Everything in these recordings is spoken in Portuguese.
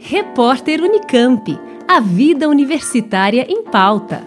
Repórter Unicamp. A vida universitária em pauta.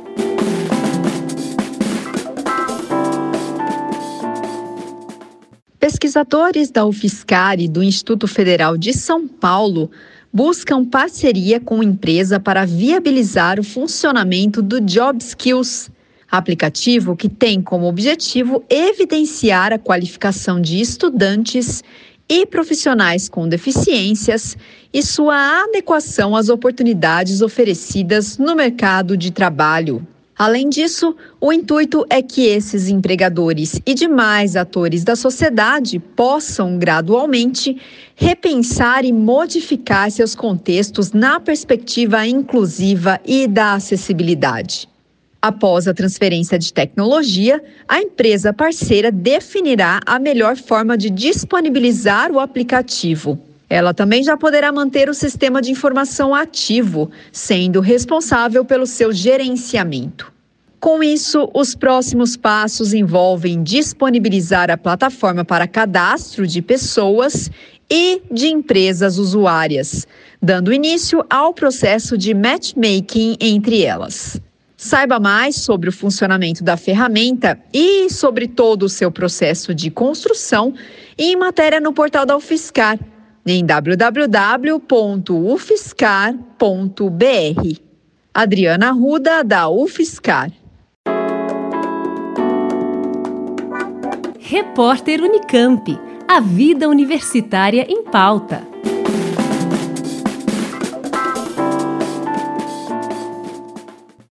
Pesquisadores da UFSCar e do Instituto Federal de São Paulo buscam parceria com empresa para viabilizar o funcionamento do JobSkills, aplicativo que tem como objetivo evidenciar a qualificação de estudantes e profissionais com deficiências e sua adequação às oportunidades oferecidas no mercado de trabalho. Além disso, o intuito é que esses empregadores e demais atores da sociedade possam, gradualmente, repensar e modificar seus contextos na perspectiva inclusiva e da acessibilidade. Após a transferência de tecnologia, a empresa parceira definirá a melhor forma de disponibilizar o aplicativo. Ela também já poderá manter o sistema de informação ativo, sendo responsável pelo seu gerenciamento. Com isso, os próximos passos envolvem disponibilizar a plataforma para cadastro de pessoas e de empresas usuárias, dando início ao processo de matchmaking entre elas. Saiba mais sobre o funcionamento da ferramenta e sobre todo o seu processo de construção em matéria no portal da UFSCar, em www.ufscar.br. Adriana Arruda, da UFSCar. Repórter Unicamp. A vida universitária em pauta.